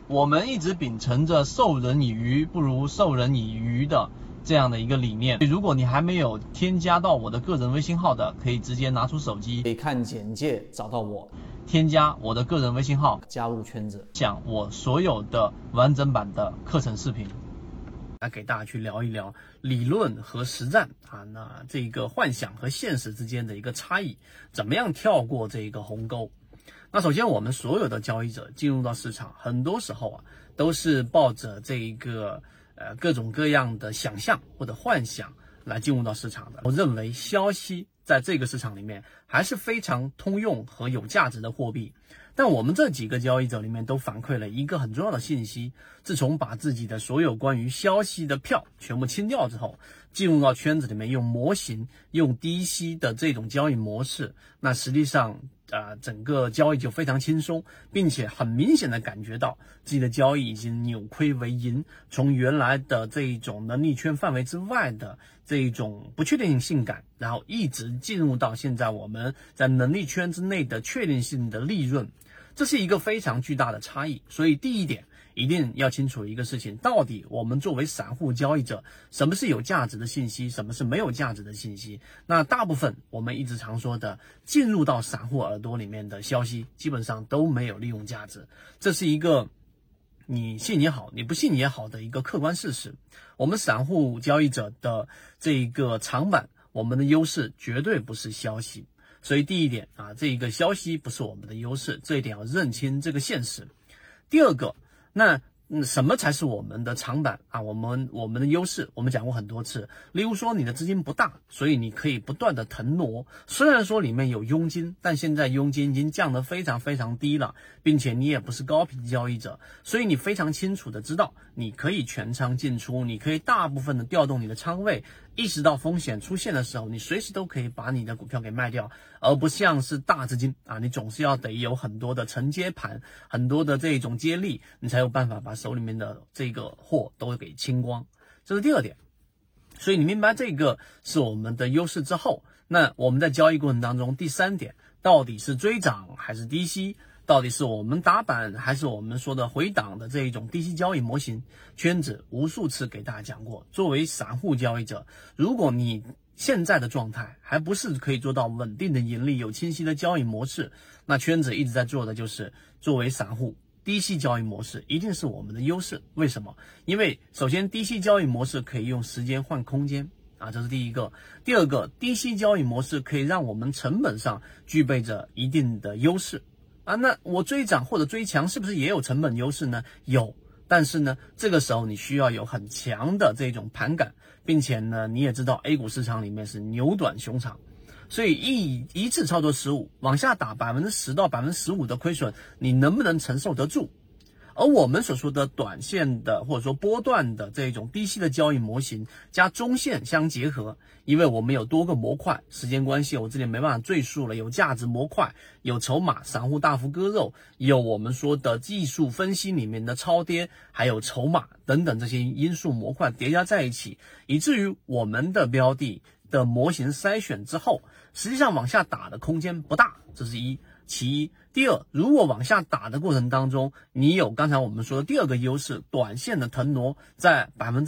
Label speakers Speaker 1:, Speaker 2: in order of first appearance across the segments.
Speaker 1: 我们一直秉承着授人以鱼不如授人以渔的这样的一个理念。如果你还没有添加到我的个人微信号的，可以直接拿出手机，
Speaker 2: 可以看简介找到我，
Speaker 1: 添加我的个人微信号，
Speaker 2: 加入圈子，
Speaker 1: 讲我所有的完整版的课程视频。来给大家去聊一聊理论和实战那这个幻想和现实之间的一个差异，怎么样跳过这个鸿沟。那首先我们所有的交易者进入到市场，很多时候都是抱着这一个各种各样的想象或者幻想来进入到市场的。我认为消息在这个市场里面还是非常通用和有价值的货币。但我们这几个交易者里面都反馈了一个很重要的信息，自从把自己的所有关于消息的票全部清掉之后，进入到圈子里面用模型用低息的这种交易模式，那实际上整个交易就非常轻松，并且很明显的感觉到自己的交易已经扭亏为盈，从原来的这一种能力圈范围之外的这一种不确定性感，然后一直进入到现在我们在能力圈之内的确定性的利润。这是一个非常巨大的差异。所以第一点一定要清楚一个事情，到底我们作为散户交易者，什么是有价值的信息，什么是没有价值的信息。那大部分我们一直常说的进入到散户耳朵里面的消息基本上都没有利用价值，这是一个你信也好你不信也好的一个客观事实。我们散户交易者的这个长板，我们的优势绝对不是消息。所以第一点这个消息不是我们的优势，这一点要认清这个现实。第二个，那什么才是我们的长板我们的优势，我们讲过很多次。例如说你的资金不大，所以你可以不断的腾挪，虽然说里面有佣金，但现在佣金已经降得非常非常低了，并且你也不是高频交易者，所以你非常清楚的知道你可以全仓进出，你可以大部分的调动你的仓位，意识到风险出现的时候，你随时都可以把你的股票给卖掉，而不像是大资金你总是要得有很多的承接盘，很多的这种接力，你才有办法把手里面的这个货都给清光。这是第二点。所以你明白这个是我们的优势之后，那我们在交易过程当中，第三点到底是追涨还是低吸，到底是我们打板还是我们说的回档的这一种低息交易模型，圈子无数次给大家讲过。作为散户交易者，如果你现在的状态还不是可以做到稳定的盈利，有清晰的交易模式，那圈子一直在做的就是作为散户低息交易模式一定是我们的优势。为什么？因为首先低息交易模式可以用时间换空间这是第一个。第二个，低息交易模式可以让我们成本上具备着一定的优势那我追涨或者追强是不是也有成本优势呢？有，但是呢这个时候你需要有很强的这种盘感，并且呢你也知道 A 股市场里面是牛短熊长，所以一次操作失误往下打 10% 到 15% 的亏损，你能不能承受得住？而我们所说的短线的或者说波段的这种低息的交易模型加中线相结合，因为我们有多个模块，时间关系我这里没办法赘述了，有价值模块，有筹码散户大幅割肉，有我们说的技术分析里面的超跌，还有筹码等等这些因素模块叠加在一起，以至于我们的标的的模型筛选之后，实际上往下打的空间不大，这是其一。第二，如果往下打的过程当中，你有刚才我们说的第二个优势，短线的腾挪在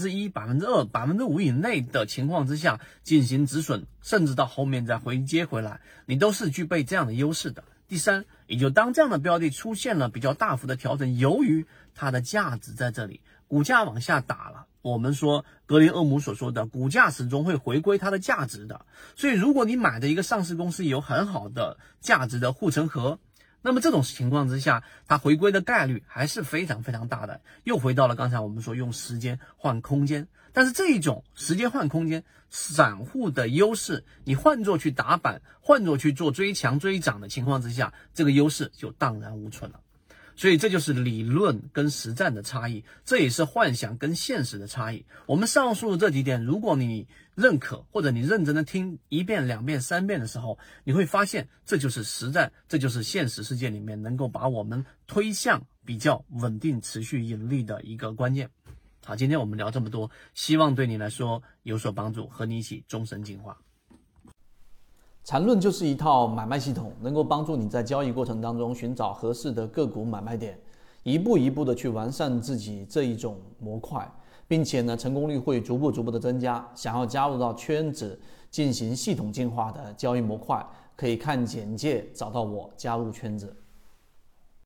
Speaker 1: 1%、2%、5% 以内的情况之下进行止损，甚至到后面再回接回来，你都是具备这样的优势的。第三，也就当这样的标的出现了比较大幅的调整，由于它的价值在这里，股价往下打了，我们说格林厄姆所说的股价始终会回归它的价值的。所以如果你买的一个上市公司有很好的价值的护城河，那么这种情况之下，它回归的概率还是非常非常大的。又回到了刚才我们说用时间换空间，但是这一种时间换空间，散户的优势，你换作去打板，换作去做追强追涨的情况之下，这个优势就荡然无存了。所以这就是理论跟实战的差异，这也是幻想跟现实的差异。我们上述的这几点，如果你认可或者你认真的听1遍、2遍、3遍的时候，你会发现这就是实战，这就是现实世界里面能够把我们推向比较稳定持续盈利的一个关键。好，今天我们聊这么多，希望对你来说有所帮助，和你一起终身进化。
Speaker 2: 缠论就是一套买卖系统，能够帮助你在交易过程当中寻找合适的个股买卖点。 一步一步的去完善自己这一种模块，并且呢，成功率会逐步的增加。想要加入到圈子进行系统进化的交易模块，可以看简介找到我加入圈子。